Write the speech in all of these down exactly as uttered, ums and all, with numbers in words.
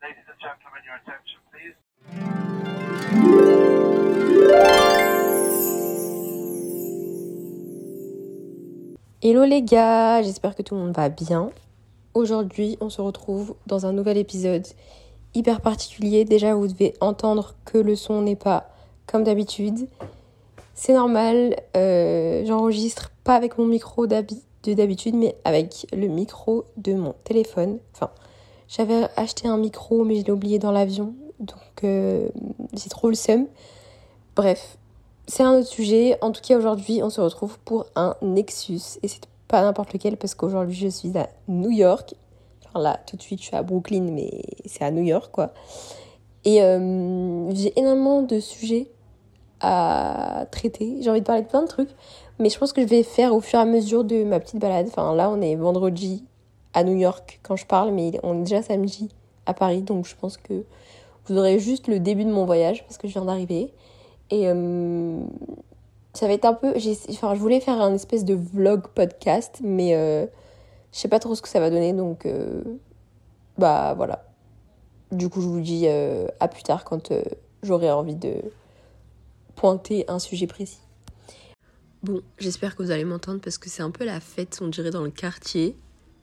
Ladies and gentlemen, your attention, please. Hello les gars, j'espère que tout le monde va bien. Aujourd'hui, on se retrouve dans un nouvel épisode hyper particulier. Déjà, vous devez entendre que le son n'est pas comme d'habitude. C'est normal, euh, j'enregistre pas avec mon micro d'habi- de d'habitude, mais avec le micro de mon téléphone. Enfin, j'avais acheté un micro, mais je l'ai oublié dans l'avion, donc euh, j'ai trop le seum. Bref, c'est un autre sujet. En tout cas, aujourd'hui, on se retrouve pour un Nexus. Et c'est pas n'importe lequel, parce qu'aujourd'hui, je suis à New York. Enfin là, tout de suite, je suis à Brooklyn, mais c'est à New York, quoi. Et euh, j'ai énormément de sujets à traiter. J'ai envie de parler de plein de trucs. Mais je pense que je vais faire au fur et à mesure de ma petite balade. Enfin, là, on est vendredi à New York quand je parle, mais on est déjà samedi à Paris. Donc, je pense que vous aurez juste le début de mon voyage, parce que je viens d'arriver. Et euh, ça va être un peu... J'ai, enfin, je voulais faire un espèce de vlog podcast, mais euh, je sais pas trop ce que ça va donner, donc euh, bah voilà. Du coup, je vous dis euh, à plus tard quand euh, j'aurai envie de pointer un sujet précis. Bon, j'espère que vous allez m'entendre parce que c'est un peu la fête, on dirait, dans le quartier.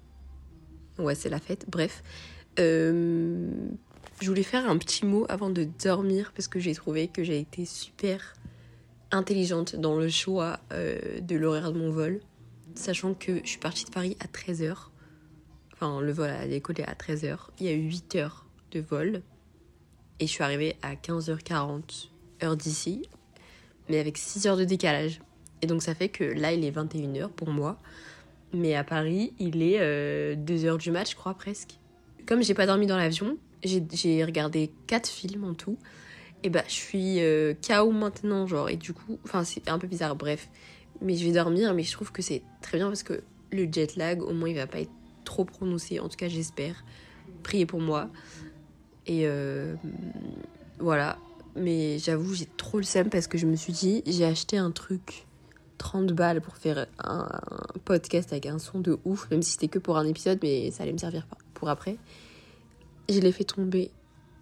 Ouais, c'est la fête, bref. Euh... Je voulais faire un petit mot avant de dormir parce que j'ai trouvé que j'ai été super intelligente dans le choix euh, de l'horaire de mon vol. Sachant que je suis partie de Paris à treize heures. Enfin, le vol a décollé à treize heures. Il y a eu huit heures de vol. Et je suis arrivée à quinze heures quarante, heure d'ici. Mais avec six heures de décalage. Et donc ça fait que là, il est vingt et une heures pour moi. Mais à Paris, il est euh, deux heures du mat, je crois, presque. Comme j'ai pas dormi dans l'avion... J'ai, j'ai regardé quatre films en tout. Et bah, je suis euh, K O maintenant, genre. Et du coup, enfin, c'est un peu bizarre, bref. Mais je vais dormir, mais je trouve que c'est très bien parce que le jet lag, au moins, il va pas être trop prononcé. En tout cas, j'espère. Priez pour moi. Et euh, voilà. Mais j'avoue, j'ai trop le seum parce que je me suis dit, j'ai acheté un truc trente balles pour faire un, un podcast avec un son de ouf. Même si c'était que pour un épisode, mais ça allait me servir pour après. Je l'ai fait tomber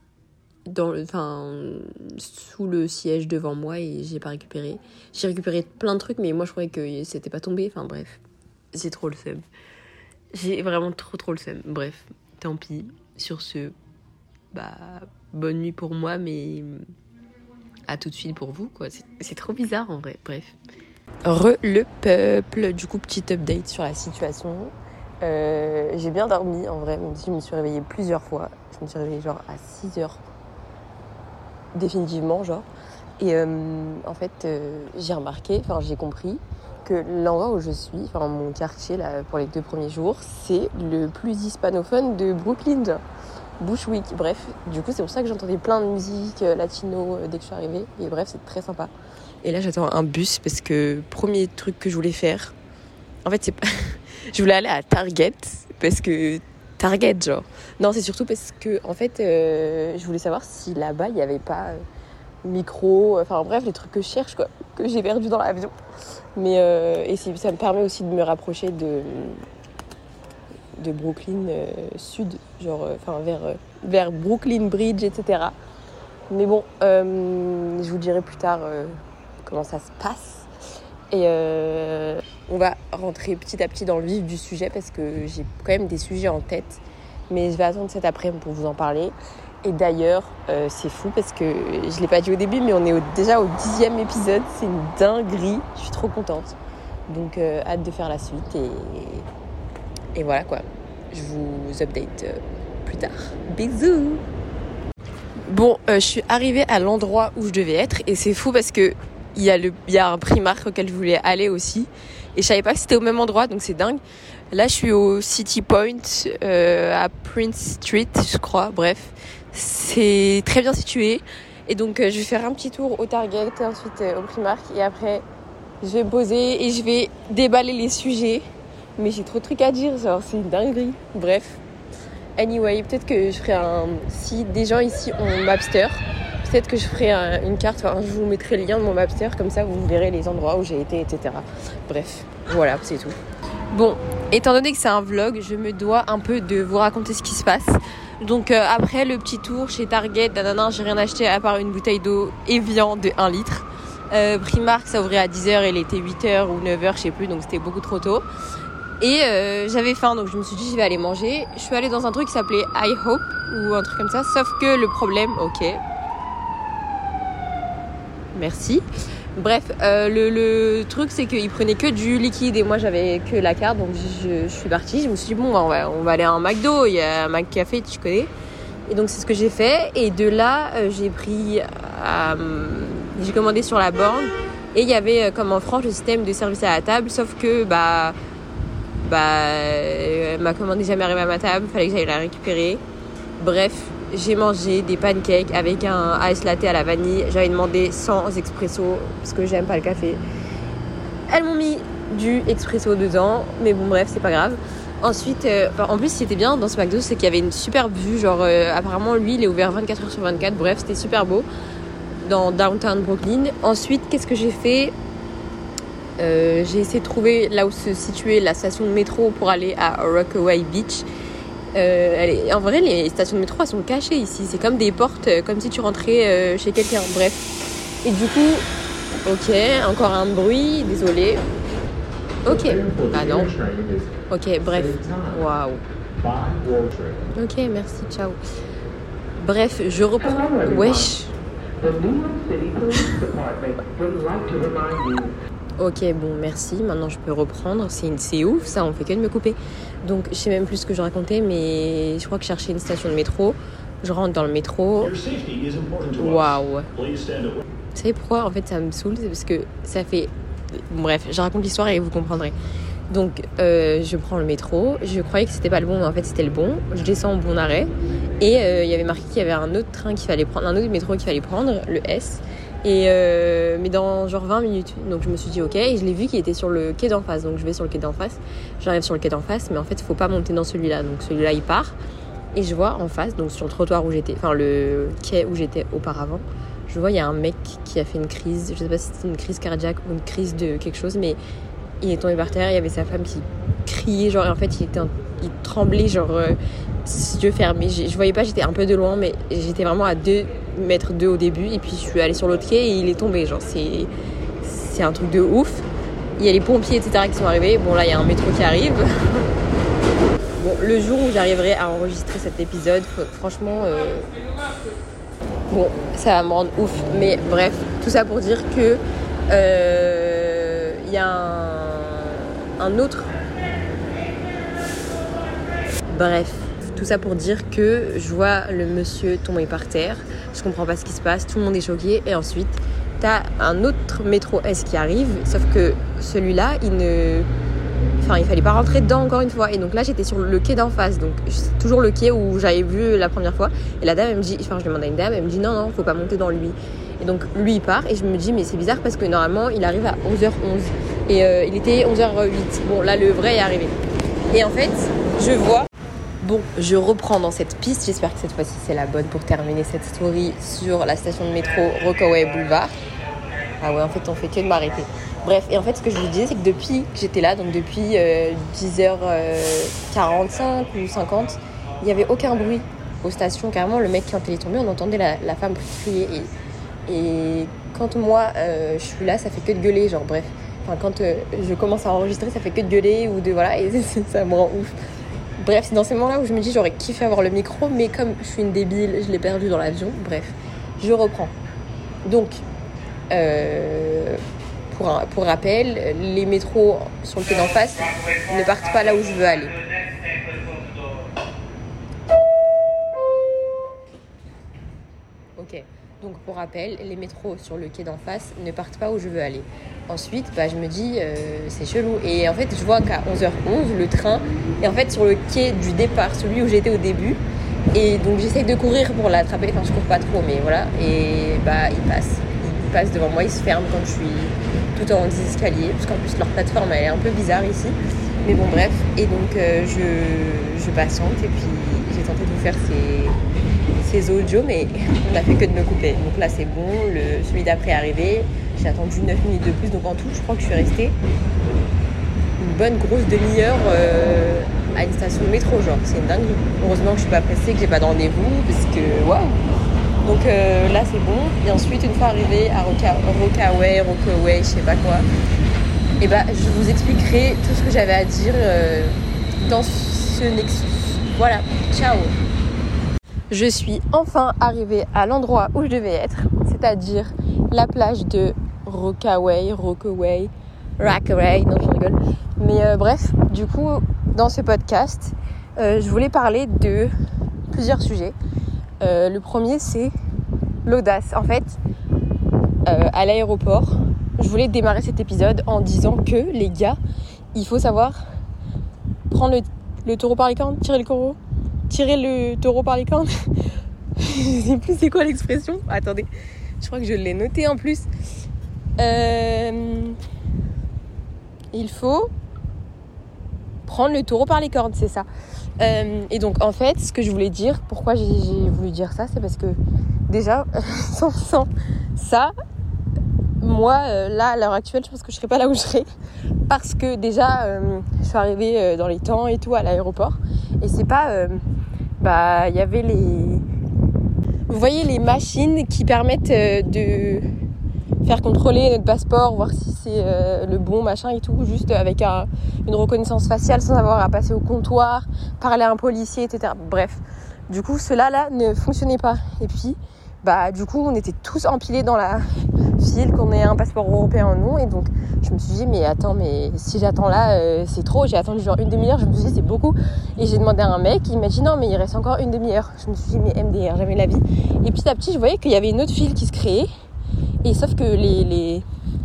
dans le, enfin, sous le siège devant moi et j'ai pas récupéré. J'ai récupéré plein de trucs, mais moi je croyais que c'était pas tombé. Enfin bref, j'ai trop le seum. J'ai vraiment trop trop le seum. Bref, tant pis. Sur ce, bah, bonne nuit pour moi, mais à tout de suite pour vous, quoi. C'est, c'est trop bizarre en vrai. Bref. Re le peuple. Du coup, petite update sur la situation. Euh, j'ai bien dormi en vrai, même si je me suis réveillée plusieurs fois. Je me suis réveillée genre à six heures définitivement, genre. Et euh, en fait, euh, j'ai remarqué, enfin j'ai compris que l'endroit où je suis, enfin mon quartier là pour les deux premiers jours, c'est le plus hispanophone de Brooklyn, genre. Bushwick, bref. Du coup, c'est pour ça que j'entendais plein de musique euh, latino euh, dès que je suis arrivée. Et bref, c'est très sympa. Et là, j'attends un bus parce que premier truc que je voulais faire, en fait, c'est pas... je voulais aller à Target parce que Target, genre. Non, c'est surtout parce que, en fait, euh, je voulais savoir si là-bas, il n'y avait pas euh, micro, enfin bref, les trucs que je cherche, quoi, que j'ai perdu dans l'avion. Mais, euh, et c'est, ça me permet aussi de me rapprocher de, de Brooklyn euh, Sud, genre, enfin, euh, vers, euh, vers Brooklyn Bridge, et cetera. Mais bon, euh, je vous dirai plus tard euh, comment ça se passe. Et euh, on va rentrer petit à petit dans le vif du sujet parce que j'ai quand même des sujets en tête. Mais je vais attendre cet après-midi pour vous en parler. Et d'ailleurs, euh, c'est fou parce que je ne l'ai pas dit au début, mais on est au, déjà au dixième épisode. C'est une dinguerie. Je suis trop contente. Donc, euh, hâte de faire la suite. Et, et voilà quoi. Je vous update euh, plus tard. Bisous! Bon, euh, je suis arrivée à l'endroit où je devais être. Et c'est fou parce que Il y, a le, il y a un Primark auquel je voulais aller aussi. Et je savais pas que c'était au même endroit, donc c'est dingue. Là, je suis au City Point, euh, à Prince Street, je crois. Bref, c'est très bien situé. Et donc, euh, je vais faire un petit tour au Target, ensuite euh, au Primark. Et après, je vais me poser et je vais déballer les sujets. Mais j'ai trop de trucs à dire, genre, c'est une dinguerie. Bref. Anyway, peut-être que je ferai un... Si des gens ici ont Mapster... Peut-être que je ferai un, une carte, enfin, je vous mettrai le lien de mon Mapster, comme ça vous verrez les endroits où j'ai été, et cetera. Bref, voilà, c'est tout. Bon, étant donné que c'est un vlog, je me dois un peu de vous raconter ce qui se passe. Donc euh, après le petit tour chez Target, nanana, j'ai rien acheté à part une bouteille d'eau Evian de un litre. Euh, Primark, ça ouvrait à dix heures et il était huit heures ou neuf heures, je sais plus, donc c'était beaucoup trop tôt. Et euh, j'avais faim, donc je me suis dit je vais aller manger. Je suis allée dans un truc qui s'appelait I Hope ou un truc comme ça, sauf que le problème, ok. Merci. Bref, euh, le, le truc c'est qu'ils prenaient que du liquide et moi j'avais que la carte, donc je, je suis partie. Je me suis dit bon, on va, on va aller à un McDo, il y a un McCafé, tu connais. Et donc c'est ce que j'ai fait. Et de là, euh, j'ai pris, euh, j'ai commandé sur la borne et il y avait euh, comme en France le système de service à la table, sauf que bah, bah, euh, ma commande n'est jamais arrivée à ma table, fallait que j'aille la récupérer. Bref. J'ai mangé des pancakes avec un ice latte à la vanille. J'avais demandé sans expresso parce que j'aime pas le café. Elles m'ont mis du expresso dedans, mais bon bref, c'est pas grave. Ensuite, euh, en plus, ce qui était bien dans ce McDo, c'est qu'il y avait une superbe vue. Genre, euh, apparemment, lui, il est ouvert vingt-quatre heures sur vingt-quatre. Bref, c'était super beau dans downtown Brooklyn. Ensuite, qu'est-ce que j'ai fait ? euh, J'ai essayé de trouver là où se situait la station de métro pour aller à Rockaway Beach. Euh, elle est, en vrai, les stations de métro, elles sont cachées ici. C'est comme des portes, euh, comme si tu rentrais euh, chez quelqu'un. Bref. Et du coup, ok, encore un bruit, désolé. Ok. Ah non. Ok, bref. Waouh. Ok, merci, ciao. Bref, je reprends. Wesh. Ok, bon, merci. Maintenant, je peux reprendre. C'est, une... c'est ouf, ça. On fait que de me couper. Donc, je sais même plus ce que je racontais, mais je crois que je cherchais une station de métro. Je rentre dans le métro. Waouh. Vous savez pourquoi ? En fait, ça me saoule. C'est parce que ça fait... Bref, je raconte l'histoire et vous comprendrez. Donc, euh, je prends le métro. Je croyais que c'était pas le bon, mais en fait, c'était le bon. Je descends au bon arrêt. Et euh, il y avait marqué qu'il y avait un autre train qu'il fallait prendre, un autre métro qu'il fallait prendre, le S. Et euh, mais dans genre vingt minutes. Donc je me suis dit ok, et je l'ai vu qu'il était sur le quai d'en face. Donc je vais sur le quai d'en face. J'arrive sur le quai d'en face, mais en fait il faut pas monter dans celui-là. Donc celui-là il part. Et je vois en face, donc sur le trottoir où j'étais, enfin le quai où j'étais auparavant, je vois il y a un mec qui a fait une crise. Je sais pas si c'était une crise cardiaque ou une crise de quelque chose, mais il est tombé par terre. Il y avait sa femme qui criait, genre et en fait il était, un, il tremblait genre euh, yeux fermés. Je, je voyais pas, j'étais un peu de loin, mais j'étais vraiment à deux mètres d'eux au début. Et puis je suis allée sur l'autre quai et il est tombé. Genre c'est, c'est un truc de ouf. Il y a les pompiers, et cetera qui sont arrivés. Bon là il y a un métro qui arrive. Bon, le jour où j'arriverai à enregistrer cet épisode, franchement, euh... bon, ça va me rendre ouf. Mais bref, tout ça pour dire que il euh, y a un, un autre. Bref, tout ça pour dire que je vois le monsieur tomber par terre. Je comprends pas ce qui se passe. Tout le monde est choqué. Et ensuite, t'as un autre métro S qui arrive. Sauf que celui-là, il ne... Enfin, il fallait pas rentrer dedans encore une fois. Et donc là, j'étais sur le quai d'en face. Donc, c'est toujours le quai où j'avais vu la première fois. Et la dame, elle me dit... Enfin, je demande à une dame, elle me dit non, non, faut pas monter dans lui. Et donc, lui, il part. Et je me dis, mais c'est bizarre parce que normalement, il arrive à onze heures onze. Et euh, il était onze heures huit. Bon, là, le vrai est arrivé. Et en fait, je vois... Bon, je reprends dans cette piste. J'espère que cette fois-ci, c'est la bonne pour terminer cette story sur la station de métro Rockaway Boulevard. Ah ouais, en fait, on fait que de m'arrêter. Bref, et en fait, ce que je vous disais, c'est que depuis que j'étais là, donc depuis euh, dix heures quarante-cinq ou cinquante, il n'y avait aucun bruit aux stations. Carrément, le mec, quand il est tombé, on entendait la, la femme crier. Et, et quand moi, euh, je suis là, ça fait que de gueuler, genre bref. Enfin, quand euh, je commence à enregistrer, ça fait que de gueuler ou de... Voilà, et ça me rend ouf. Bref, c'est dans ces moments-là où je me dis, j'aurais kiffé avoir le micro, mais comme je suis une débile, je l'ai perdu dans l'avion. Bref, je reprends. Donc... Euh, pour, un, pour rappel, les métros sur le quai d'en face ne partent pas là où je veux aller. Ok, donc pour rappel, les métros sur le quai d'en face ne partent pas où je veux aller. Ensuite, bah, je me dis, euh, c'est chelou. Et en fait, je vois qu'à onze heures onze, le train est en fait sur le quai du départ, celui où j'étais au début. Et donc, j'essaye de courir pour l'attraper. Enfin, je cours pas trop, mais voilà. Et bah, il passe. passe devant moi, il se ferme quand je suis tout en haut des escaliers, parce qu'en plus leur plateforme elle est un peu bizarre ici, mais bon bref, et donc euh, je, je patiente et puis j'ai tenté de vous faire ces, ces audios, mais on n'a fait que de me couper. Donc là c'est bon, le, celui d'après est arrivé, j'ai attendu neuf minutes de plus, donc en tout je crois que je suis restée une bonne grosse demi-heure euh, à une station de métro, genre, c'est une dinguerie. Heureusement que je suis pas pressée, que j'ai pas de rendez-vous, parce que, waouh. Donc euh, là, c'est bon. Et ensuite, une fois arrivée à Roca- Rockaway, Rockaway, je sais pas quoi, et bah, je vous expliquerai tout ce que j'avais à dire euh, dans ce Nexus. Voilà, ciao. Je suis enfin arrivée à l'endroit où je devais être, c'est-à-dire la plage de Rockaway, Rockaway, Rockaway, non je rigole. Mais euh, bref, du coup, dans ce podcast, euh, je voulais parler de plusieurs sujets. Euh, le premier, c'est l'audace. En fait, euh, à l'aéroport, je voulais démarrer cet épisode en disant que, les gars, il faut savoir prendre le, le taureau par les cornes, tirer le taureau, tirer le taureau par les cornes. Je sais plus c'est quoi l'expression. Attendez, je crois que je l'ai noté en plus. Euh, il faut prendre le taureau par les cornes, c'est ça. Euh, et donc en fait, ce que je voulais dire, pourquoi j'ai, j'ai voulu dire ça, c'est parce que déjà, sans, sans ça, moi, euh, là, à l'heure actuelle, je pense que je serais pas là où je serais. Parce que déjà, euh, je suis arrivée euh, dans les temps et tout à l'aéroport. Et c'est pas... Euh, bah, il y avait les... Vous voyez les machines qui permettent euh, de faire contrôler notre passeport, voir si c'est euh, le bon machin et tout, juste avec un, une reconnaissance faciale sans avoir à passer au comptoir, parler à un policier, et cetera. Bref, du coup, cela là ne fonctionnait pas. Et puis, bah, du coup, on était tous empilés dans la file, qu'on ait un passeport européen ou non. Et donc, je me suis dit, mais attends, mais si j'attends là, euh, c'est trop. J'ai attendu genre une demi-heure, je me suis dit, c'est beaucoup. Et j'ai demandé à un mec, il m'a dit, non, mais il reste encore une demi-heure. Je me suis dit, mais M D R, jamais la vie. Et petit à petit, je voyais qu'il y avait une autre file qui se créait. Et sauf que les, les,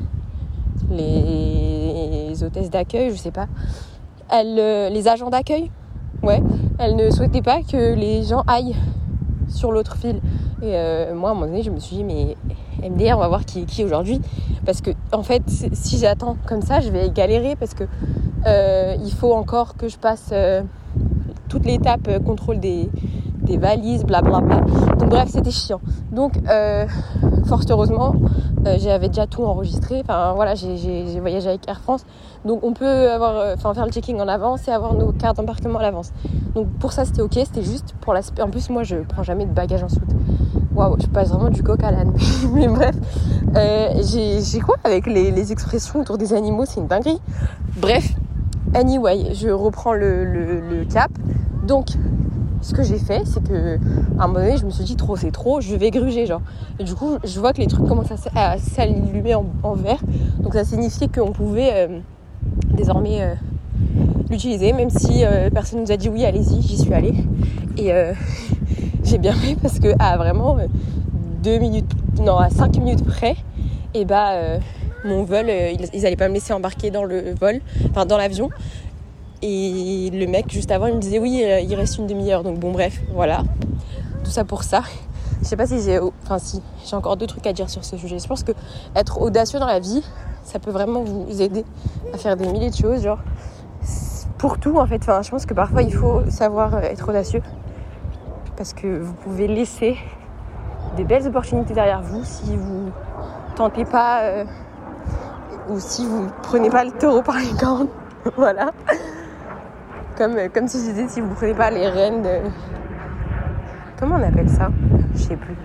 les hôtesses d'accueil, je sais pas, elles, euh, les agents d'accueil, ouais, elles ne souhaitaient pas que les gens aillent sur l'autre file. Et euh, moi, à un moment donné, je me suis dit, mais M D R, on va voir qui est qui aujourd'hui. Parce que, en fait, si j'attends comme ça, je vais galérer parce que euh, il faut encore que je passe euh, toute l'étape euh, contrôle des, des valises, blablabla. Donc, bref, c'était chiant. Donc, euh, fort heureusement, euh, j'avais déjà tout enregistré. Enfin, voilà, j'ai, j'ai, j'ai voyagé avec Air France. Donc, on peut avoir, enfin, faire le checking en avance et avoir nos cartes d'embarquement à l'avance. Donc, pour ça, c'était ok. C'était juste pour l'aspect. En plus, moi, je prends jamais de bagages en soute. Waouh, je passe vraiment du coq à l'âne. Mais bref, euh, j'ai, j'ai quoi avec les, les expressions autour des animaux, c'est une dinguerie. Bref, anyway, je reprends le, le, le cap. Donc, ce que j'ai fait, c'est que à un moment donné, je me suis dit trop, c'est trop, je vais gruger, genre. Et du coup, je vois que les trucs commencent à, à s'allumer en, en vert. Donc, ça signifiait qu'on pouvait euh, désormais euh, l'utiliser, même si euh, personne nous a dit oui, allez-y, j'y suis allée. Et euh, j'ai bien fait parce que à vraiment euh, deux minutes, non, à cinq minutes près, et bah euh, mon vol, euh, ils, ils allaient pas me laisser embarquer dans le vol, enfin dans l'avion. Et le mec juste avant, il me disait oui, euh, il reste une demi-heure. Donc bon, bref, voilà, tout ça pour ça. Je sais pas si j'ai, enfin si, j'ai encore deux trucs à dire sur ce sujet. Je pense que être audacieux dans la vie, ça peut vraiment vous aider à faire des milliers de choses, genre pour tout en fait. Enfin, je pense que parfois il faut savoir être audacieux. Parce que vous pouvez laisser des belles opportunités derrière vous si vous tentez pas euh, ou si vous prenez pas le taureau par les cornes. Voilà. Comme, comme si je disais, si vous prenez pas les rênes de... Comment on appelle ça ? Je sais plus.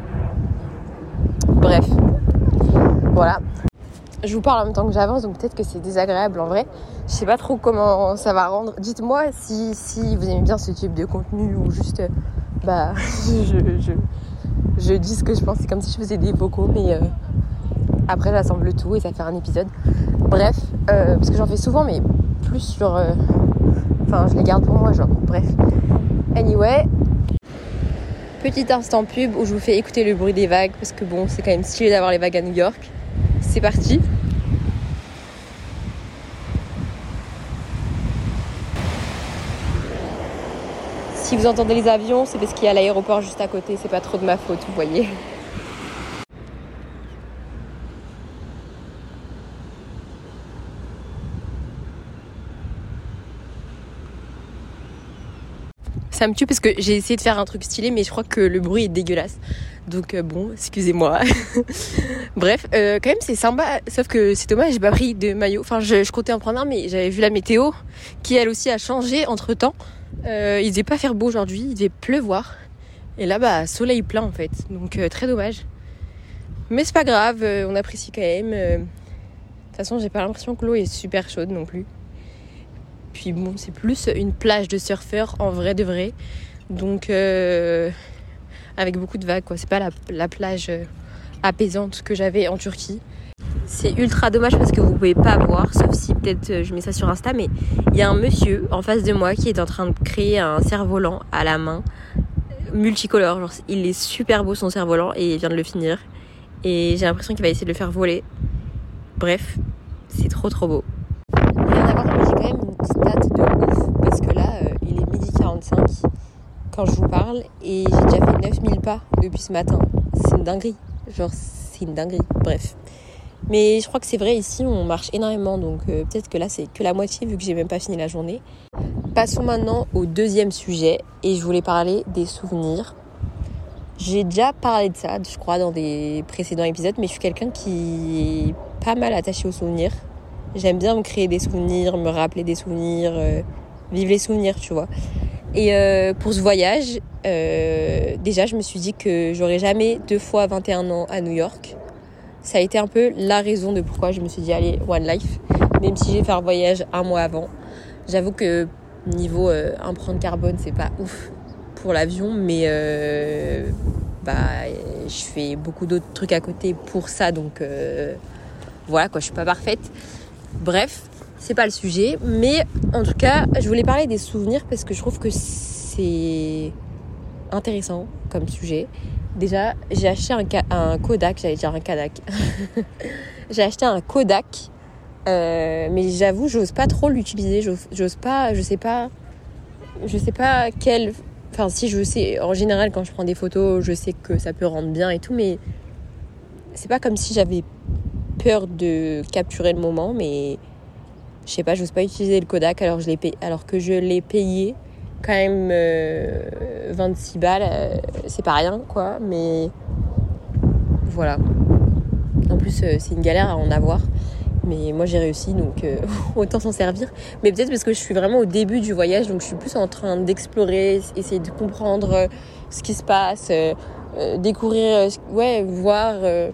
Bref. Voilà. Je vous parle en même temps que j'avance, donc peut-être que c'est désagréable en vrai. Je sais pas trop comment ça va rendre. Dites-moi si, si vous aimez bien ce type de contenu ou juste... Bah, je, je, je dis ce que je pense, c'est comme si je faisais des vocaux, mais euh, après j'assemble tout et ça fait un épisode. Bref, euh, parce que j'en fais souvent, mais plus sur... Euh, enfin, je les garde pour moi, genre, bref. Anyway, petit instant pub où je vous fais écouter le bruit des vagues, parce que bon, c'est quand même stylé d'avoir les vagues à New York. C'est parti. Si vous entendez les avions, c'est parce qu'il y a l'aéroport juste à côté. C'est pas trop de ma faute, vous voyez. ça me tue parce que j'ai essayé de faire un truc stylé, mais je crois que le bruit est dégueulasse. Donc euh, bon, excusez-moi. Bref, euh, quand même c'est sympa, sauf que c'est dommage, j'ai pas pris de maillot. Enfin, je, je comptais en prendre un, mais j'avais vu la météo qui elle aussi a changé entre temps. Euh, il devait pas faire beau aujourd'hui, il devait pleuvoir. Et là, bah, soleil plein en fait. Donc euh, très dommage. Mais c'est pas grave, euh, on apprécie quand même. Euh... De toute façon, j'ai pas l'impression que l'eau est super chaude non plus. Puis bon, c'est plus une plage de surfeurs en vrai de vrai. Donc, euh, avec beaucoup de vagues, quoi. C'est pas la, la plage euh, apaisante que j'avais en Turquie. C'est ultra dommage parce que vous pouvez pas voir, sauf si peut-être euh, je mets ça sur Insta, mais il y a un monsieur en face de moi qui est en train de créer un cerf-volant à la main, multicolore. Genre, il est super beau son cerf-volant et il vient de le finir. Et j'ai l'impression qu'il va essayer de le faire voler. Bref, c'est trop trop beau. Rien à voir, mais j'ai quand même une stat de ouf parce que là, euh, il est midi quarante-cinq quand je vous parle et j'ai déjà fait neuf mille pas depuis ce matin. C'est une dinguerie. Genre, c'est une dinguerie. Bref. Mais je crois que c'est vrai, ici, on marche énormément. Donc euh, peut-être que là, c'est que la moitié vu que j'ai même pas fini la journée. Passons maintenant au deuxième sujet et je voulais parler des souvenirs. J'ai déjà parlé de ça, je crois, dans des précédents épisodes, mais je suis quelqu'un qui est pas mal attaché aux souvenirs. J'aime bien me créer des souvenirs, me rappeler des souvenirs, euh, vivre les souvenirs, tu vois. Et euh, pour ce voyage, euh, déjà, je me suis dit que j'aurais jamais deux fois vingt et un ans à New York. Ça a été un peu la raison de pourquoi je me suis dit, allez, One Life. Même si j'ai fait un voyage un mois avant. J'avoue que niveau euh, empreinte carbone, c'est pas ouf pour l'avion, mais euh, bah, je fais beaucoup d'autres trucs à côté pour ça, donc euh, voilà quoi, je suis pas parfaite. Bref, c'est pas le sujet, mais en tout cas, je voulais parler des souvenirs parce que je trouve que c'est intéressant comme sujet. Déjà, j'ai acheté un, un Kodak, j'allais dire un Kodak. J'ai acheté un Kodak, euh, mais j'avoue, j'ose pas trop l'utiliser, j'ose, j'ose pas, je sais pas, je sais pas quel. Enfin, si je sais, en général, quand je prends des photos, je sais que ça peut rendre bien et tout, mais c'est pas comme si j'avais peur de capturer le moment, mais je sais pas, j'ose pas utiliser le Kodak alors, je l'ai payé, alors que je l'ai payé quand même euh, vingt-six balles, euh, c'est pas rien, quoi, mais voilà. En plus, euh, c'est une galère à en avoir. Mais moi j'ai réussi, donc euh, autant s'en servir. Mais peut-être parce que je suis vraiment au début du voyage, donc je suis plus en train d'explorer, essayer de comprendre euh, ce qui se passe, euh, euh, découvrir, euh, ouais, voir. Euh...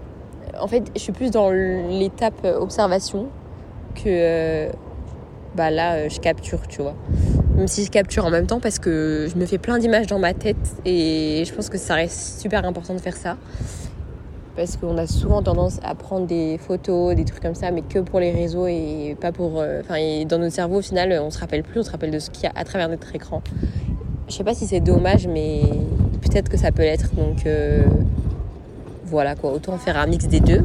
En fait, je suis plus dans l'étape observation que euh, bah là, euh, je capture, tu vois. Même si je capture en même temps parce que je me fais plein d'images dans ma tête et je pense que ça reste super important de faire ça. Parce qu'on a souvent tendance à prendre des photos, des trucs comme ça, mais que pour les réseaux et pas pour... Enfin, euh, dans notre cerveau, au final, on se rappelle plus, on se rappelle de ce qu'il y a à travers notre écran. Je sais pas si c'est dommage, mais peut-être que ça peut l'être. Donc, euh, voilà, quoi. Autant faire un mix des deux.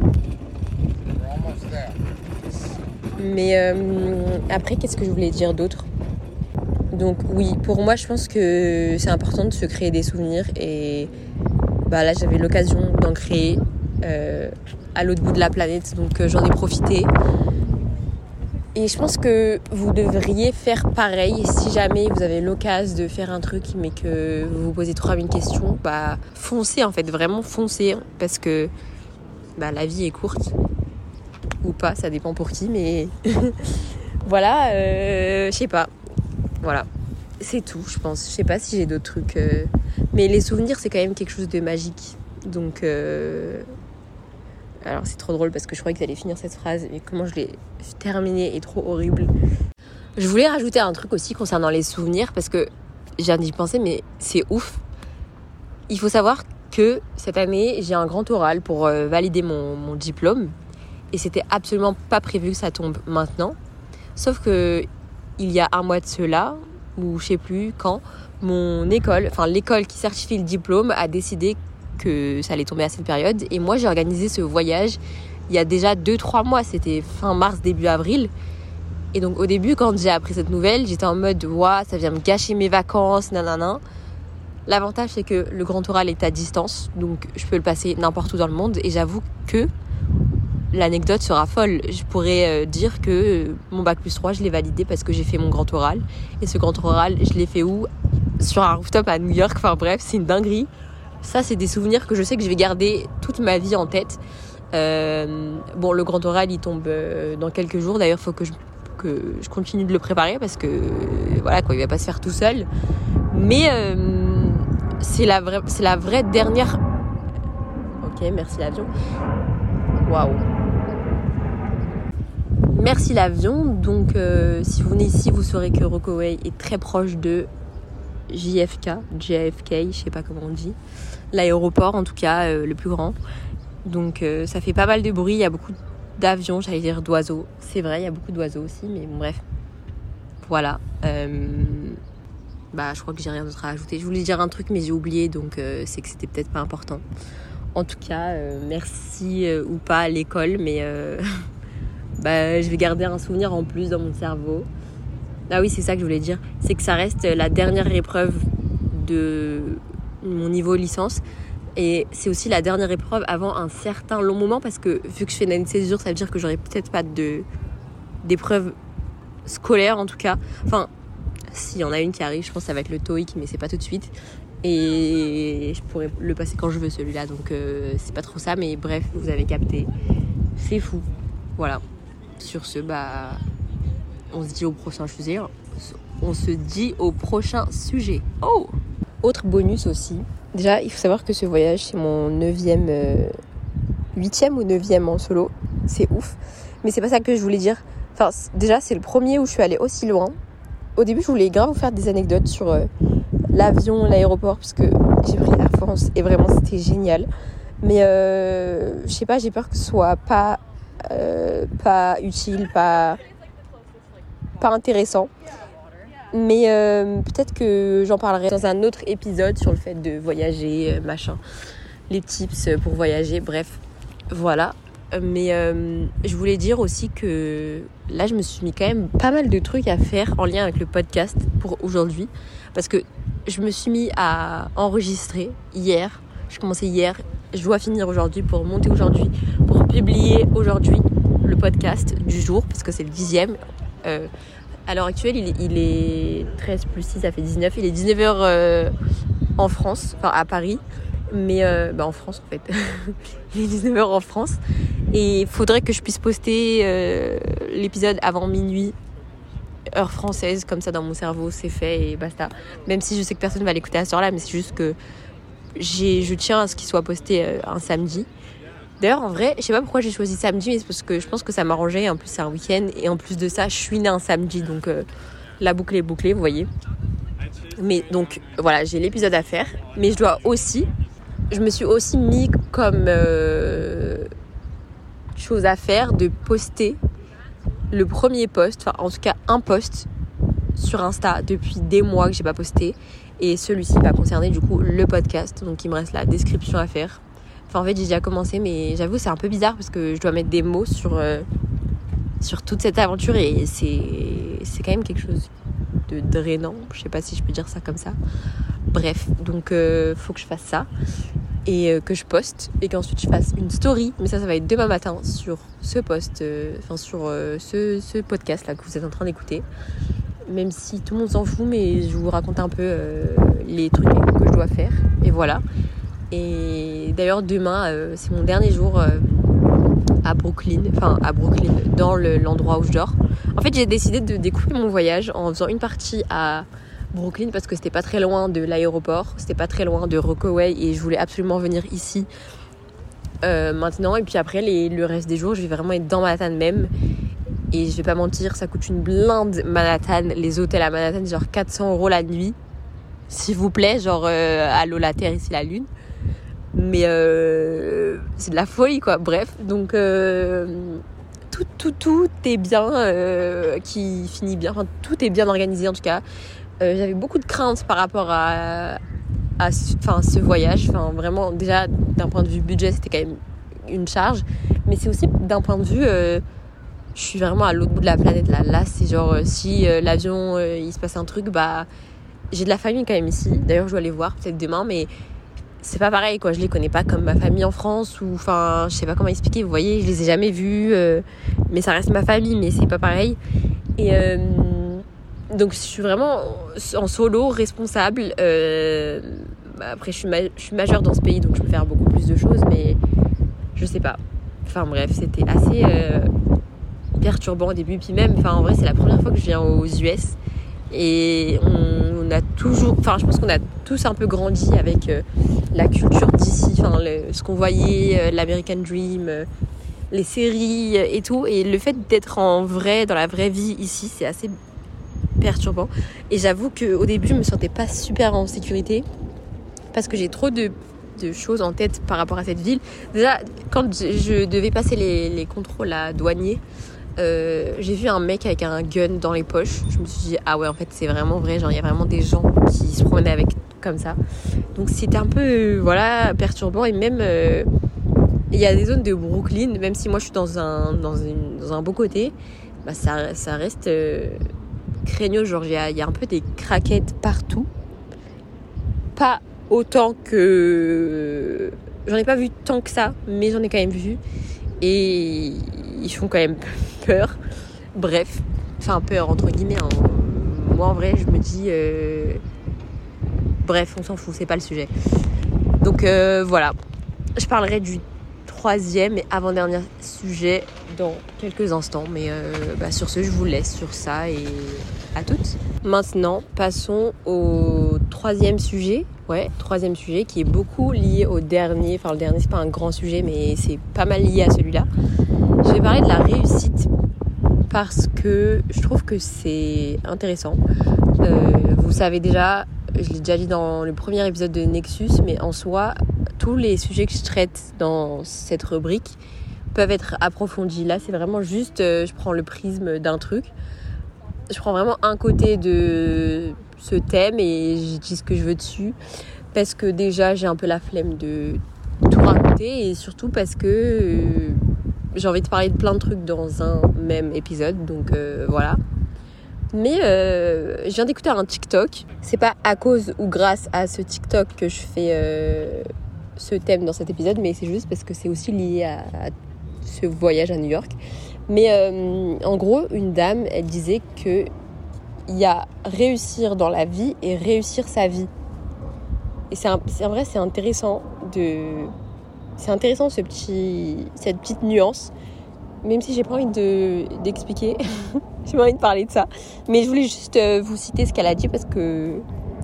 Mais euh, après, qu'est-ce que je voulais dire d'autre ? Donc, oui, pour moi, je pense que c'est important de se créer des souvenirs. Et bah, là, j'avais l'occasion d'en créer. Euh, à l'autre bout de la planète, donc euh, j'en ai profité et je pense que vous devriez faire pareil si jamais vous avez l'occasion de faire un truc mais que vous vous posez trois mille questions, bah foncez en fait, vraiment foncez parce que bah, la vie est courte ou pas, ça dépend pour qui, mais voilà, euh, je sais pas, voilà, c'est tout je pense, je sais pas si j'ai d'autres trucs, euh... mais les souvenirs c'est quand même quelque chose de magique, donc euh... alors c'est trop drôle parce que je croyais que j'allais finir cette phrase, mais comment je l'ai terminée est trop horrible. Je voulais rajouter un truc aussi concernant les souvenirs parce que j'ai viens d'y penser, mais c'est ouf. Il faut savoir que cette année j'ai un grand oral pour euh, valider mon, mon diplôme et c'était absolument pas prévu que ça tombe maintenant. Sauf que il y a un mois de cela, ou je sais plus quand, mon école, enfin l'école qui certifie le diplôme a décidé que ça allait tomber à cette période et moi j'ai organisé ce voyage il y a déjà deux trois mois, c'était fin mars début avril, et donc au début quand j'ai appris cette nouvelle j'étais en mode ouah, ça vient me gâcher mes vacances, nanana. L'avantage c'est que le grand oral est à distance, donc je peux le passer n'importe où dans le monde et j'avoue que l'anecdote sera folle. Je pourrais dire que mon bac plus trois je l'ai validé parce que j'ai fait mon grand oral, et ce grand oral je l'ai fait où ? sur un rooftop à New York. Enfin bref, c'est une dinguerie. Ça, c'est des souvenirs que je sais que je vais garder toute ma vie en tête. Euh, bon, le grand oral, il tombe euh, dans quelques jours. D'ailleurs, il faut que je, que je continue de le préparer parce que voilà, quoi, il va pas se faire tout seul. Mais euh, c'est la vraie, c'est la vraie dernière. Ok, merci l'avion. Waouh. Merci l'avion. Donc, euh, si vous venez ici, vous saurez que Rockaway est très proche de J F K, J F K, je sais pas comment on dit, l'aéroport en tout cas, euh, le plus grand. Donc euh, ça fait pas mal de bruit, il y a beaucoup d'avions, j'allais dire d'oiseaux. C'est vrai, il y a beaucoup d'oiseaux aussi, mais bon, bref. Voilà. Euh, bah, je crois que j'ai rien d'autre à ajouter. Je voulais dire un truc, mais j'ai oublié, donc euh, c'est que c'était peut-être pas important. En tout cas, euh, merci euh, ou pas à l'école, mais euh, bah, je vais garder un souvenir en plus dans mon cerveau. Ah oui, c'est ça que je voulais dire. C'est que ça reste la dernière épreuve de mon niveau licence. Et c'est aussi la dernière épreuve avant un certain long moment. Parce que vu que je fais une année de césure, ça veut dire que j'aurai peut-être pas de, d'épreuve scolaire en tout cas. Enfin, s'il y en a une qui arrive, je pense que ça va être le TOEIC, mais c'est pas tout de suite. Et je pourrais le passer quand je veux celui-là. Donc euh, c'est pas trop ça. Mais bref, vous avez capté. C'est fou. Voilà. Sur ce, bah... on se dit au prochain sujet. On se dit au prochain sujet. Oh! Autre bonus aussi. Déjà, il faut savoir que ce voyage, c'est mon neuvième... Euh, huitième ou neuvième en solo. C'est ouf. Mais c'est pas ça que je voulais dire. Enfin, déjà, c'est le premier où je suis allée aussi loin. Au début, je voulais grave vous faire des anecdotes sur euh, l'avion, l'aéroport, parce que j'ai pris Air France et vraiment, c'était génial. Mais euh, je sais pas, j'ai peur que ce soit pas, euh, pas utile, pas... pas intéressant, mais euh, peut-être que j'en parlerai dans un autre épisode sur le fait de voyager, machin, les tips pour voyager, bref, voilà. Mais euh, je voulais dire aussi que là, je me suis mis quand même pas mal de trucs à faire en lien avec le podcast pour aujourd'hui, parce que je me suis mis à enregistrer hier, je commençais hier, je dois finir aujourd'hui pour monter aujourd'hui, pour publier aujourd'hui le podcast du jour, parce que c'est le dixième. Euh, à l'heure actuelle, il est, il est treize plus six, ça fait dix-neuf. Il est dix-neuf heures euh, en France, enfin à Paris. Mais euh, bah en France en fait. Il est dix-neuf heures en France. Et il faudrait que je puisse poster euh, l'épisode avant minuit, heure française. Comme ça, dans mon cerveau, c'est fait et basta. Même si je sais que personne ne va l'écouter à ce heure-là, mais c'est juste que j'ai, je tiens à ce qu'il soit posté euh, un samedi. D'ailleurs, en vrai, je sais pas pourquoi j'ai choisi samedi, mais c'est parce que je pense que ça m'arrangeait. En plus, c'est un week-end. Et en plus de ça, je suis née un samedi. Donc, euh, la boucle est bouclée, vous voyez. Mais donc, voilà, j'ai l'épisode à faire. Mais je dois aussi... Je me suis aussi mis comme euh, chose à faire de poster le premier post. Enfin, en tout cas, un post sur Insta depuis des mois que j'ai pas posté. Et celui-ci va concerner, du coup, le podcast. Donc, il me reste la description à faire. Enfin, en fait, j'ai déjà commencé, mais j'avoue, c'est un peu bizarre parce que je dois mettre des mots sur, euh, sur toute cette aventure et c'est, c'est quand même quelque chose de drainant. Je sais pas si je peux dire ça comme ça. Bref, donc euh, faut que je fasse ça et euh, que je poste et qu'ensuite je fasse une story. Mais ça, ça va être demain matin sur ce post, euh, enfin sur euh, ce, ce podcast là que vous êtes en train d'écouter. Même si tout le monde s'en fout, mais je vous raconte un peu euh, les trucs que je dois faire. Et voilà. Et d'ailleurs, demain, euh, c'est mon dernier jour euh, à Brooklyn. Enfin, à Brooklyn, dans le, l'endroit où je dors. En fait, j'ai décidé de découper mon voyage en faisant une partie à Brooklyn parce que c'était pas très loin de l'aéroport. C'était pas très loin de Rockaway et je voulais absolument venir ici euh, maintenant. Et puis après, les, le reste des jours, je vais vraiment être dans Manhattan même. Et je vais pas mentir, ça coûte une blinde Manhattan. Les hôtels à Manhattan, genre quatre cents euros la nuit. S'il vous plaît, genre euh, allô la terre, ici la lune. Mais euh, c'est de la folie, quoi. Bref, donc euh, tout, tout, tout est bien, euh, qui finit bien. Enfin, tout est bien organisé, en tout cas. Euh, j'avais beaucoup de craintes par rapport à, à enfin, ce voyage. Enfin, vraiment, déjà, d'un point de vue budget, c'était quand même une charge. Mais c'est aussi d'un point de vue... Euh, je suis vraiment à l'autre bout de la planète, là. Là, c'est genre, si euh, l'avion, euh, il se passe un truc, bah... J'ai de la famille quand même ici. D'ailleurs, je dois aller voir peut-être demain, mais... c'est pas pareil, quoi. Je les connais pas comme ma famille en France ou, enfin, je sais pas comment expliquer. Vous voyez, je les ai jamais vus, euh, mais ça reste ma famille, mais c'est pas pareil. Et euh, donc je suis vraiment en solo, responsable. Euh, bah après, je suis, ma- je suis majeure dans ce pays, donc je peux faire beaucoup plus de choses, mais je sais pas. Enfin bref, c'était assez euh, perturbant au début. Puis même, enfin en vrai, c'est la première fois que je viens aux U S. Et on, on a toujours, enfin je pense qu'on a tous un peu grandi avec euh, la culture d'ici, enfin le, ce qu'on voyait, euh, l'American Dream, euh, les séries euh, et tout. Et le fait d'être en vrai, dans la vraie vie ici, c'est assez perturbant. Et j'avoue qu'au début, je me sentais pas super en sécurité parce que j'ai trop de, de choses en tête par rapport à cette ville. Déjà, quand je, je devais passer les, les contrôles à douaniers, Euh, j'ai vu un mec avec un gun dans les poches. Je me suis dit ah ouais, en fait c'est vraiment vrai, genre il y a vraiment des gens qui se promenaient avec comme ça. Donc c'était un peu euh, voilà perturbant. Et même euh, il y a des zones de Brooklyn, même si moi je suis dans un dans, une, dans un beau côté, bah ça ça reste euh, craignos. Genre il y a, il y a un peu des craquettes partout. Pas autant que j'en ai pas vu tant que ça, mais j'en ai quand même vu. Et ils font quand même peur. Bref, enfin peur entre guillemets. Hein. Moi en vrai, je me dis... Euh... Bref, on s'en fout, c'est pas le sujet. Donc euh, voilà. Je parlerai du troisième et avant-dernier sujet dans quelques instants. Mais euh, bah, sur ce, je vous laisse sur ça et à toutes. Maintenant, passons au troisième sujet. Ouais, troisième sujet qui est beaucoup lié au dernier. Enfin, le dernier, c'est pas un grand sujet, mais c'est pas mal lié à celui-là. Je vais parler de la réussite parce que je trouve que c'est intéressant. Euh, vous savez déjà, je l'ai déjà dit dans le premier épisode de Nexus, mais en soi, tous les sujets que je traite dans cette rubrique peuvent être approfondis. Là, c'est vraiment juste, euh, je prends le prisme d'un truc. Je prends vraiment un côté de ce thème et je dis ce que je veux dessus. Parce que déjà, j'ai un peu la flemme de tout raconter et surtout parce que... Euh, j'ai envie de parler de plein de trucs dans un même épisode, donc euh, voilà. Mais euh, je viens d'écouter un TikTok. C'est pas à cause ou grâce à ce TikTok que je fais euh, ce thème dans cet épisode, mais c'est juste parce que c'est aussi lié à, à ce voyage à New York. Mais euh, en gros, une dame, elle disait que il y a réussir dans la vie et réussir sa vie. Et c'est, un, c'est en vrai, c'est intéressant de... C'est intéressant ce petit, cette petite nuance, même si j'ai pas envie de, d'expliquer, j'ai pas envie de parler de ça. Mais je voulais juste vous citer ce qu'elle a dit parce que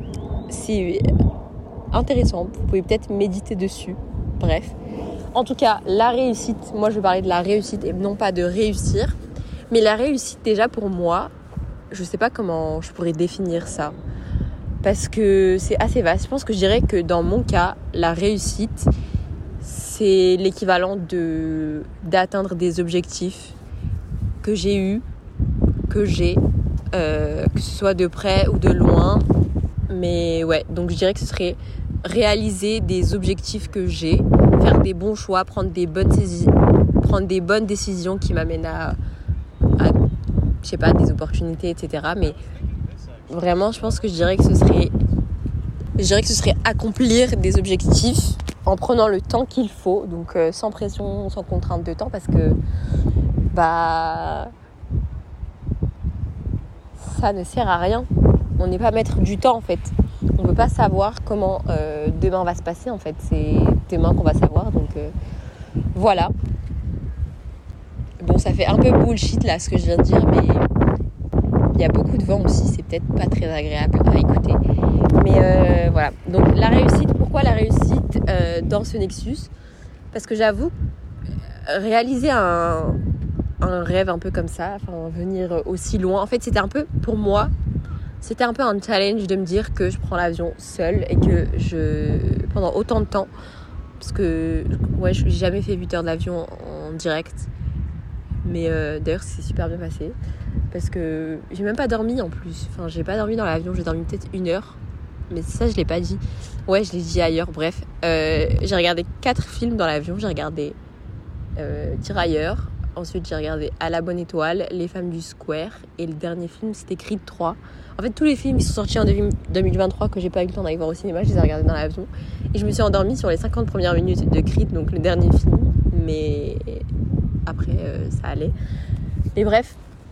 c'est intéressant. Vous pouvez peut-être méditer dessus. Bref. En tout cas, la réussite, moi je vais parler de la réussite et non pas de réussir. Mais la réussite déjà pour moi, je sais pas comment je pourrais définir ça. Parce que c'est assez vaste. Je pense que je dirais que dans mon cas, la réussite... c'est l'équivalent de, d'atteindre des objectifs que j'ai eus, que j'ai, euh, que ce soit de près ou de loin. Mais ouais, donc je dirais que ce serait réaliser des objectifs que j'ai, faire des bons choix, prendre des bonnes, saisi- prendre des bonnes décisions qui m'amènent à, à, je sais pas, des opportunités, et cetera. Mais vraiment, je pense que je dirais que ce serait, je dirais que ce serait accomplir des objectifs en prenant le temps qu'il faut, donc euh, sans pression, sans contrainte de temps, parce que bah ça ne sert à rien. On n'est pas maître du temps en fait. On ne peut pas savoir comment euh, demain va se passer en fait. C'est demain qu'on va savoir, donc euh, voilà. Bon, ça fait un peu bullshit là ce que je viens de dire, mais il y a beaucoup de vent aussi, c'est peut-être pas très agréable à écouter. Mais euh, voilà, donc la réussite, pourquoi la réussite euh, dans ce Nexus ? Parce que j'avoue, réaliser un, un rêve un peu comme ça, enfin venir aussi loin, en fait c'était un peu, pour moi, c'était un peu un challenge de me dire que je prends l'avion seule et que je, pendant autant de temps, parce que ouais, j'ai jamais fait huit heures d'avion en direct, mais euh, d'ailleurs c'est super bien passé, parce que j'ai même pas dormi en plus, enfin j'ai pas dormi dans l'avion, j'ai dormi peut-être une heure. Mais ça, je l'ai pas dit. Ouais, je l'ai dit ailleurs. Bref, euh, j'ai regardé quatre films dans l'avion. J'ai regardé euh, Tirailleurs. Ensuite, j'ai regardé À la bonne étoile, Les femmes du Square. Et le dernier film, c'était Creed trois. En fait, tous les films qui sont sortis en deux mille vingt-trois que j'ai pas eu le temps d'aller voir au cinéma, je les ai regardés dans l'avion. Et je me suis endormie sur les cinquante premières minutes de Creed, donc le dernier film. Mais après, euh, ça allait. Mais bref,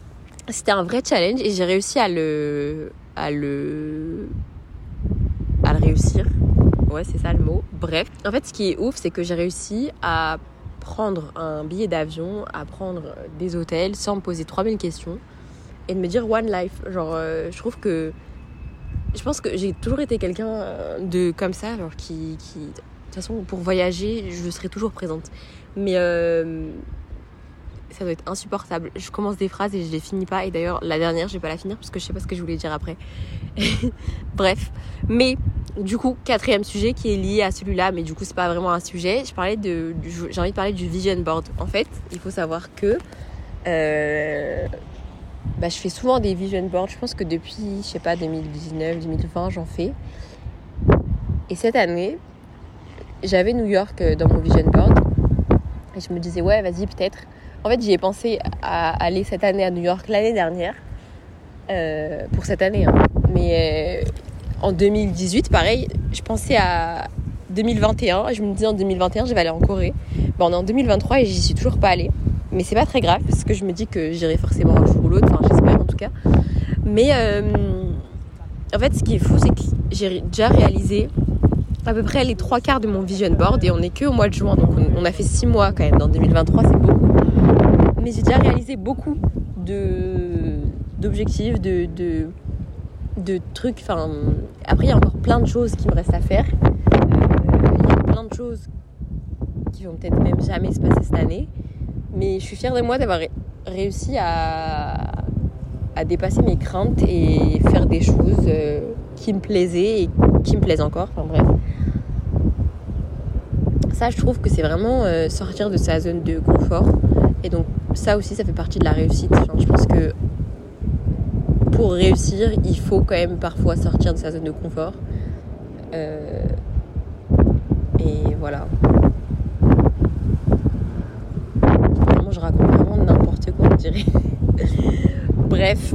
c'était un vrai challenge et j'ai réussi à le, à le, à le réussir. Ouais, c'est ça le mot. Bref, en fait, ce qui est ouf, c'est que j'ai réussi à prendre un billet d'avion, à prendre des hôtels sans me poser trois mille questions et de me dire one life. Genre, euh, je trouve que, je pense que j'ai toujours été quelqu'un de comme ça, genre qui, qui, de toute façon, pour voyager, je serai toujours présente. Mais euh, ça doit être insupportable. Je commence des phrases et je les finis pas. Et d'ailleurs, la dernière, je vais pas la finir parce que je sais pas ce que je voulais dire après. Bref. Mais, du coup, quatrième sujet qui est lié à celui-là, mais du coup, c'est pas vraiment un sujet. Je parlais de, du, j'ai envie de parler du vision board. En fait, il faut savoir que euh, bah, je fais souvent des vision boards. Je pense que depuis, je sais pas, deux mille dix-neuf, deux mille vingt, j'en fais. Et cette année, j'avais New York dans mon vision board. Et je me disais, ouais, vas-y, peut-être. En fait, j'y ai pensé à aller cette année à New York l'année dernière. Euh, pour cette année. Hein. Mais euh, en deux mille dix-huit, pareil, je pensais à deux mille vingt et un. Je me disais en deux mille vingt et un, je vais aller en Corée. Bon, on est en deux mille vingt-trois et j'y suis toujours pas allée. Mais c'est pas très grave parce que je me dis que j'irai forcément un jour ou l'autre. Enfin, j'espère en tout cas. Mais euh, en fait, ce qui est fou, c'est que j'ai déjà réalisé à peu près les trois quarts de mon vision board et on est que au mois de juin. Donc, on, on a fait six mois quand même. Dans deux mille vingt-trois, c'est beaucoup. Mais j'ai déjà réalisé beaucoup de, d'objectifs, de, de, de trucs. Enfin, après, il y a encore plein de choses qui me restent à faire. Euh, il y a plein de choses qui vont peut-être même jamais se passer cette année. Mais je suis fière de moi d'avoir ré- réussi à, à dépasser mes craintes et faire des choses euh, qui me plaisaient et qui me plaisent encore. Enfin bref. Ça, je trouve que c'est vraiment euh, sortir de sa zone de confort. Et donc, ça aussi, ça fait partie de la réussite. Enfin, je pense que pour réussir, il faut quand même parfois sortir de sa zone de confort. Euh, et voilà. Vraiment, je raconte vraiment n'importe quoi, on dirait. Bref.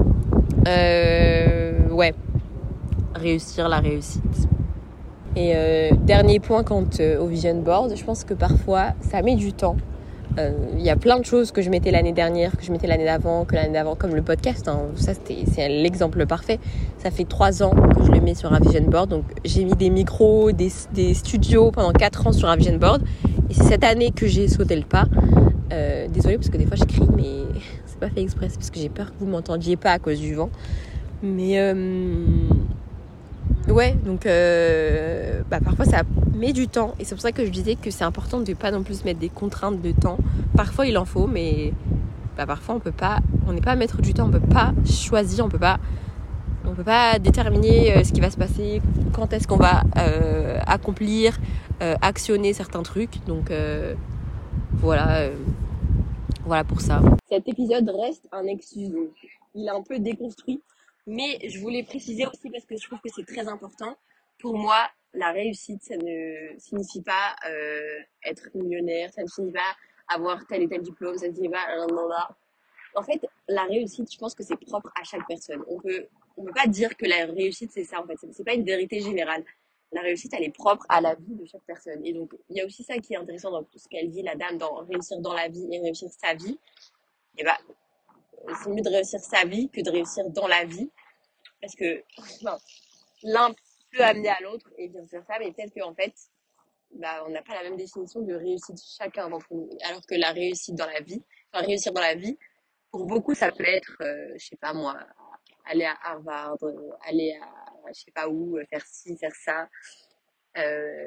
Euh, ouais. Réussir la réussite. Et euh, dernier point quant euh, au vision board, je pense que parfois, ça met du temps. Il euh, y a plein de choses que je mettais l'année dernière, que je mettais l'année d'avant, que l'année d'avant, comme le podcast. Hein. Ça, c'était, c'est l'exemple parfait. Ça fait trois ans que je le mets sur un vision board. Donc, j'ai mis des micros, des, des studios pendant quatre ans sur un vision board. Et c'est cette année que j'ai sauté le pas. Euh, désolée parce que des fois, je crie, mais c'est pas fait exprès. C'est parce que j'ai peur que vous m'entendiez pas à cause du vent. Mais euh, ouais, donc euh, bah, parfois ça met du temps et c'est pour ça que je disais que c'est important de ne pas non plus se mettre des contraintes de temps. Parfois il en faut, mais bah, parfois on peut pas, on n'est pas maître du temps, on peut pas choisir, on peut pas, on peut pas déterminer euh, ce qui va se passer, quand est-ce qu'on va euh, accomplir, euh, actionner certains trucs. Donc euh, voilà, euh, voilà pour ça. Cet épisode reste un excuse, il est un peu déconstruit. Mais je voulais préciser aussi parce que je trouve que c'est très important. Pour moi, la réussite, ça ne signifie pas euh, être millionnaire, ça ne signifie pas avoir tel et tel diplôme, ça ne signifie pas un mandat. En fait, la réussite, je pense que c'est propre à chaque personne. On peut, on peut pas dire que la réussite, c'est ça en fait. C'est pas une vérité générale. La réussite, elle est propre à la vie de chaque personne. Et donc, il y a aussi ça qui est intéressant dans ce qu'elle dit, la dame, dans réussir dans la vie et réussir sa vie. Et bah, c'est mieux de réussir sa vie que de réussir dans la vie. Parce que enfin, l'un peut amener à l'autre et vice versa, mais peut-être qu'en fait, bah, on n'a pas la même définition de réussite chacun d'entre nous. Alors que la réussite dans la vie, enfin réussir dans la vie, pour beaucoup, ça peut être, euh, je sais pas moi, aller à Harvard, euh, aller à je sais pas où, euh, faire ci, faire ça. Euh,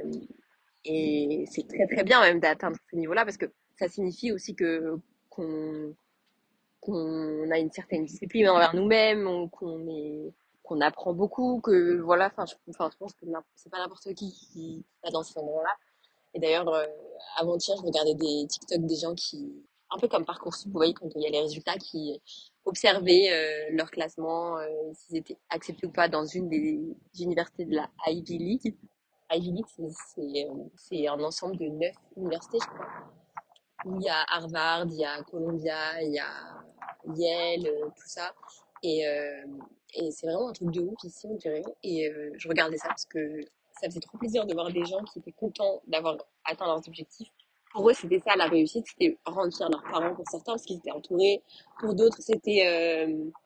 et c'est très très bien même d'atteindre ce niveau-là parce que ça signifie aussi que qu'on qu'on a une certaine discipline envers nous-mêmes, on- qu'on est qu'on apprend beaucoup, que voilà, enfin je, enfin, je pense que n'im- c'est pas n'importe qui qui va dans ces endroits-là. Et d'ailleurs, euh, avant-hier, je regardais des TikTok des gens qui, un peu comme Parcoursup, vous voyez, quand il y a les résultats, qui observaient euh, leur classement, euh, s'ils étaient acceptés ou pas dans une des universités de la Ivy League. Ivy League, c'est c'est, euh, c'est un ensemble de neuf universités, je crois. Où il y a Harvard, il y a Columbia, il y a Yale, euh, tout ça. Et, euh, et c'est vraiment un truc de ouf ici, on dirait. Et euh, je regardais ça parce que ça faisait trop plaisir de voir des gens qui étaient contents d'avoir atteint leurs objectifs. Pour eux, c'était ça la réussite, c'était rendre fiers leurs parents pour certains parce qu'ils étaient entourés. Pour d'autres, c'était euh,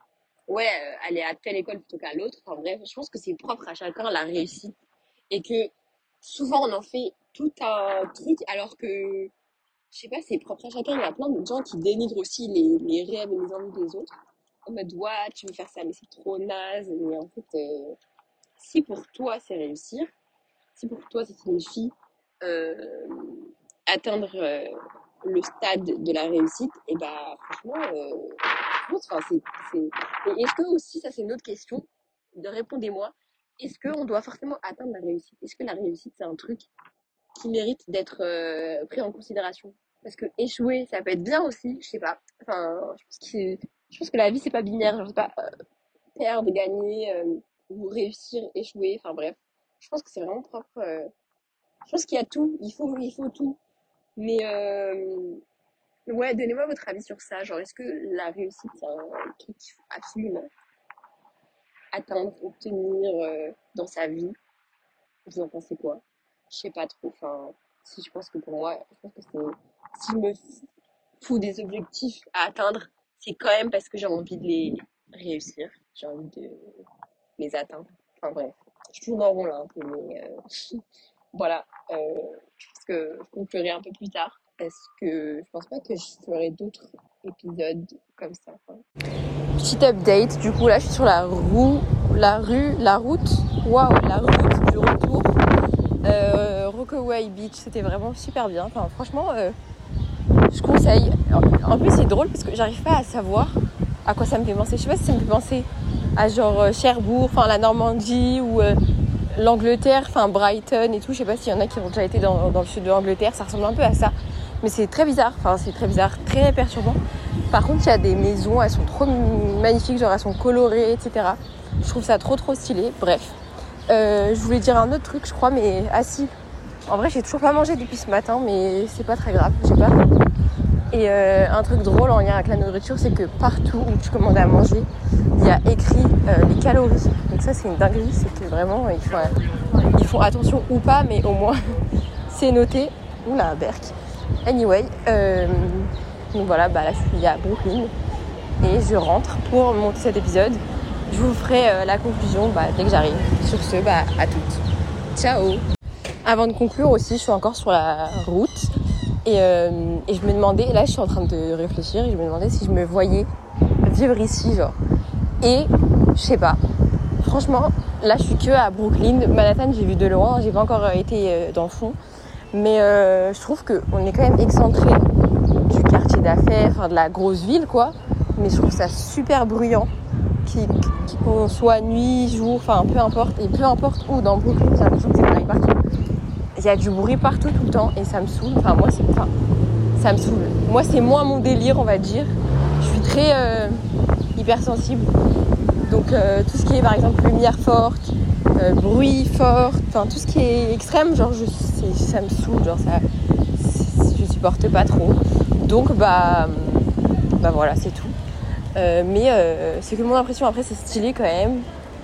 ouais, euh, aller à telle école plutôt qu'à l'autre. Enfin bref, je pense que c'est propre à chacun la réussite et que souvent on en fait tout un truc alors que, je sais pas, c'est propre à chacun. Il y a plein de gens qui dénigrent aussi les, les rêves et les envies des autres. En mode, ouais, tu veux faire ça, mais c'est trop naze. Mais en fait, euh, si pour toi c'est réussir, si pour toi ça signifie euh, atteindre euh, le stade de la réussite, et bah franchement, euh, je pense, enfin, c'est, c'est... Et est-ce que aussi, ça c'est une autre question, de répondez-moi, est-ce qu'on doit forcément atteindre la réussite? Est-ce que la réussite c'est un truc qui mérite d'être euh, pris en considération? Parce que échouer, ça peut être bien aussi, je sais pas. Enfin, je pense que, je pense que la vie c'est pas binaire, genre, je sais pas, euh, perdre, gagner, euh, ou réussir, échouer, enfin bref. Je pense que c'est vraiment propre. euh, Je pense qu'il y a tout, il faut, il faut tout. Mais euh, ouais, donnez-moi votre avis sur ça. Genre, est-ce que la réussite, c'est un truc qu'il faut absolument atteindre, obtenir euh, dans sa vie? Vous en pensez quoi? Je sais pas trop. Enfin, si je pense que pour moi, je pense que c'est, si je me fous des objectifs à atteindre, c'est quand même parce que j'ai envie de les réussir. J'ai envie de les atteindre. Enfin bref, je tourne en rond là un peu, mais euh, voilà. Euh, je pense que je conclurai un peu plus tard parce que je pense pas que je ferai d'autres épisodes comme ça. Quoi. Petit update, du coup là je suis sur la roue, la rue, la route, waouh, la route du retour. Euh, Rockaway Beach, c'était vraiment super bien. Enfin franchement, euh, je conseille. En plus c'est drôle parce que j'arrive pas à savoir à quoi ça me fait penser. Je sais pas si ça me fait penser à genre euh, Cherbourg, enfin la Normandie ou euh, l'Angleterre, enfin Brighton et tout. Je sais pas s'il y en a qui ont déjà été dans, dans le sud de l'Angleterre. Ça ressemble un peu à ça, mais c'est très bizarre. Enfin c'est très bizarre, très perturbant. Par contre, il y a des maisons, elles sont trop magnifiques, genre elles sont colorées, et cetera. Je trouve ça trop trop stylé. Bref, euh, je voulais dire un autre truc, je crois, mais ah si. En vrai, j'ai toujours pas mangé depuis ce matin, mais c'est pas très grave, j'ai pas. Et euh, un truc drôle en lien avec la nourriture, c'est que partout où tu commandes à manger, il y a écrit euh, les calories. Donc ça, c'est une dinguerie, c'est que vraiment, ils font, euh, ils font attention ou pas, mais au moins, c'est noté. Oula, berk. Anyway, euh, donc voilà, bah là, je suis à Brooklyn et je rentre pour monter cet épisode. Je vous ferai euh, la conclusion bah, dès que j'arrive. Sur ce, bah, à toutes. Ciao. Avant de conclure aussi, je suis encore sur la route. Et, euh, et je me demandais, là je suis en train de réfléchir et je me demandais si je me voyais vivre ici, genre. Et je sais pas, franchement, là je suis que à Brooklyn. Manhattan, j'ai vu de loin, j'ai pas encore été dans le fond. Mais euh, je trouve qu'on est quand même excentré du quartier d'affaires, enfin de la grosse ville quoi. Mais je trouve ça super bruyant, qu'on soit nuit, jour, enfin peu importe. Et peu importe où dans Brooklyn, j'ai l'impression que c'est pareil partout. Il y a du bruit partout tout le temps et ça me saoule. Enfin, moi, c'est, enfin, ça me saoule. Moi, c'est moins mon délire, on va dire. Je suis très euh, hypersensible. Donc, euh, tout ce qui est, par exemple, lumière forte, euh, bruit fort, enfin, tout ce qui est extrême, genre, je, c'est, ça me saoule. Genre, ça, je supporte pas trop. Donc, bah, bah voilà, c'est tout. Euh, mais euh, c'est que mon impression. Après, c'est stylé quand même.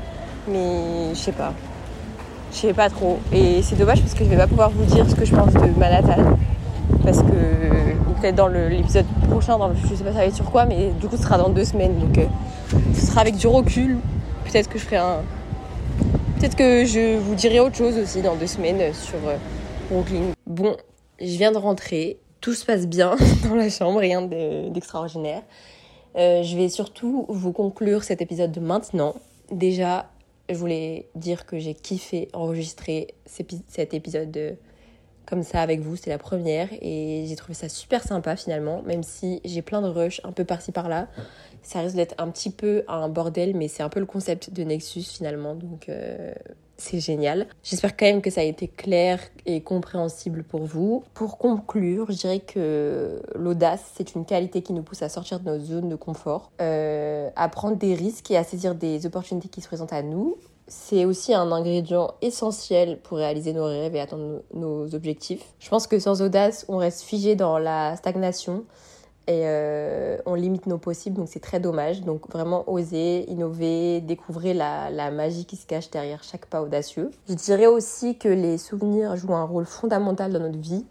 Mais je sais pas. Je sais pas trop. Et c'est dommage parce que je vais pas pouvoir vous dire ce que je pense de Manhattan. Parce que, ou peut-être dans le, l'épisode prochain, dans le, je sais pas ça va être sur quoi, mais du coup ce sera dans deux semaines. Donc euh, ce sera avec du recul. Peut-être que je ferai un... Peut-être que je vous dirai autre chose aussi dans deux semaines sur euh, Brooklyn. Bon, je viens de rentrer. Tout se passe bien dans la chambre, rien de, d'extraordinaire. Euh, je vais surtout vous conclure cet épisode de maintenant. Déjà... Je voulais dire que j'ai kiffé enregistrer cet épisode comme ça avec vous. C'est la première et j'ai trouvé ça super sympa finalement. Même si j'ai plein de rush un peu par-ci par-là. Ça risque d'être un petit peu un bordel, mais c'est un peu le concept de Nexus finalement. Donc euh, c'est génial. J'espère quand même que ça a été clair et compréhensible pour vous. Pour conclure, je dirais que l'audace, c'est une qualité qui nous pousse à sortir de nos zones de confort, euh, à prendre des risques et à saisir des opportunités qui se présentent à nous. C'est aussi un ingrédient essentiel pour réaliser nos rêves et atteindre nos objectifs. Je pense que sans audace, on reste figé dans la stagnation et euh, on limite nos possibles, donc c'est très dommage. Donc vraiment oser, innover, découvrir la, la magie qui se cache derrière chaque pas audacieux. Je dirais aussi que les souvenirs jouent un rôle fondamental dans notre vie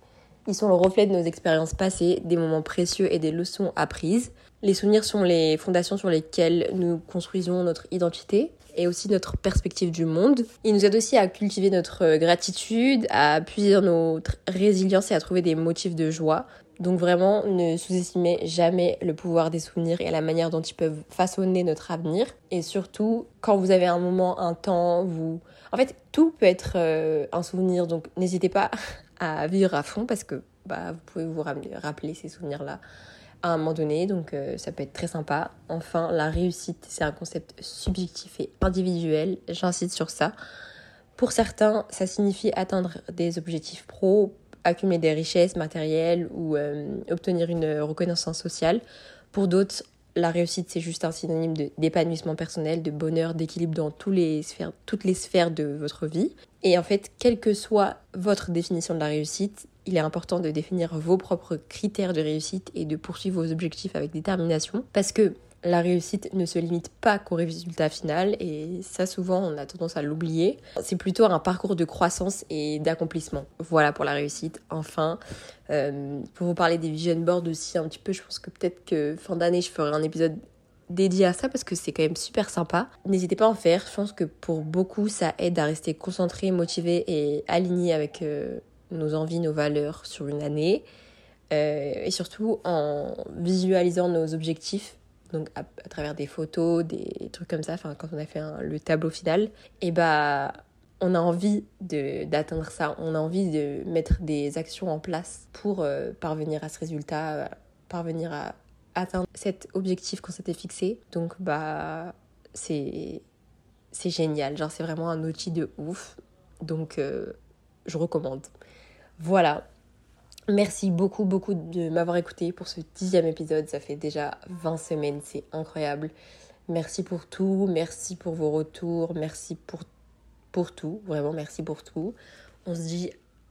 Ils sont le reflet de nos expériences passées, des moments précieux et des leçons apprises. Les souvenirs sont les fondations sur lesquelles nous construisons notre identité et aussi notre perspective du monde. Ils nous aident aussi à cultiver notre gratitude, à puiser dans notre résilience et à trouver des motifs de joie. Donc vraiment, ne sous-estimez jamais le pouvoir des souvenirs et la manière dont ils peuvent façonner notre avenir. Et surtout, quand vous avez un moment, un temps, vous... En fait, tout peut être euh, un souvenir, donc n'hésitez pas à vivre à fond parce que bah, vous pouvez vous rappeler ces souvenirs-là à un moment donné, donc euh, ça peut être très sympa. Enfin, la réussite, c'est un concept subjectif et individuel, j'insiste sur ça. Pour certains, ça signifie atteindre des objectifs pro, accumuler des richesses matérielles ou euh, obtenir une reconnaissance sociale. Pour d'autres, la réussite, c'est juste un synonyme de, d'épanouissement personnel, de bonheur, d'équilibre dans tous les sphères, toutes les sphères de votre vie. Et en fait, quelle que soit votre définition de la réussite, il est important de définir vos propres critères de réussite et de poursuivre vos objectifs avec détermination. Parce que la réussite ne se limite pas qu'au résultat final et ça souvent on a tendance à l'oublier. C'est plutôt un parcours de croissance et d'accomplissement. Voilà pour la réussite. Enfin, euh, pour vous parler des vision boards aussi un petit peu, je pense que peut-être que fin d'année je ferai un épisode dédié à ça parce que c'est quand même super sympa. N'hésitez pas à en faire. Je pense que pour beaucoup ça aide à rester concentré, motivé et aligné avec euh, nos envies, nos valeurs sur une année. Euh, et surtout en visualisant nos objectifs. Donc à, à travers des photos, des trucs comme ça, enfin quand on a fait un, le tableau final, et bah on a envie de, d'atteindre ça, on a envie de mettre des actions en place pour euh, parvenir à ce résultat, euh, parvenir à atteindre cet objectif qu'on s'était fixé. Donc bah c'est, c'est génial, genre c'est vraiment un outil de ouf, donc euh, je recommande. Voilà. Merci beaucoup, beaucoup de m'avoir écouté pour ce dixième épisode. Ça fait déjà vingt semaines, c'est incroyable. Merci pour tout, merci pour vos retours, merci pour, pour tout, vraiment merci pour tout. On se dit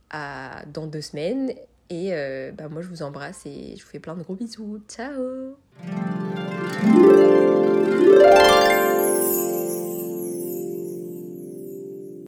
à dans deux semaines et euh, bah moi je vous embrasse et je vous fais plein de gros bisous. Ciao!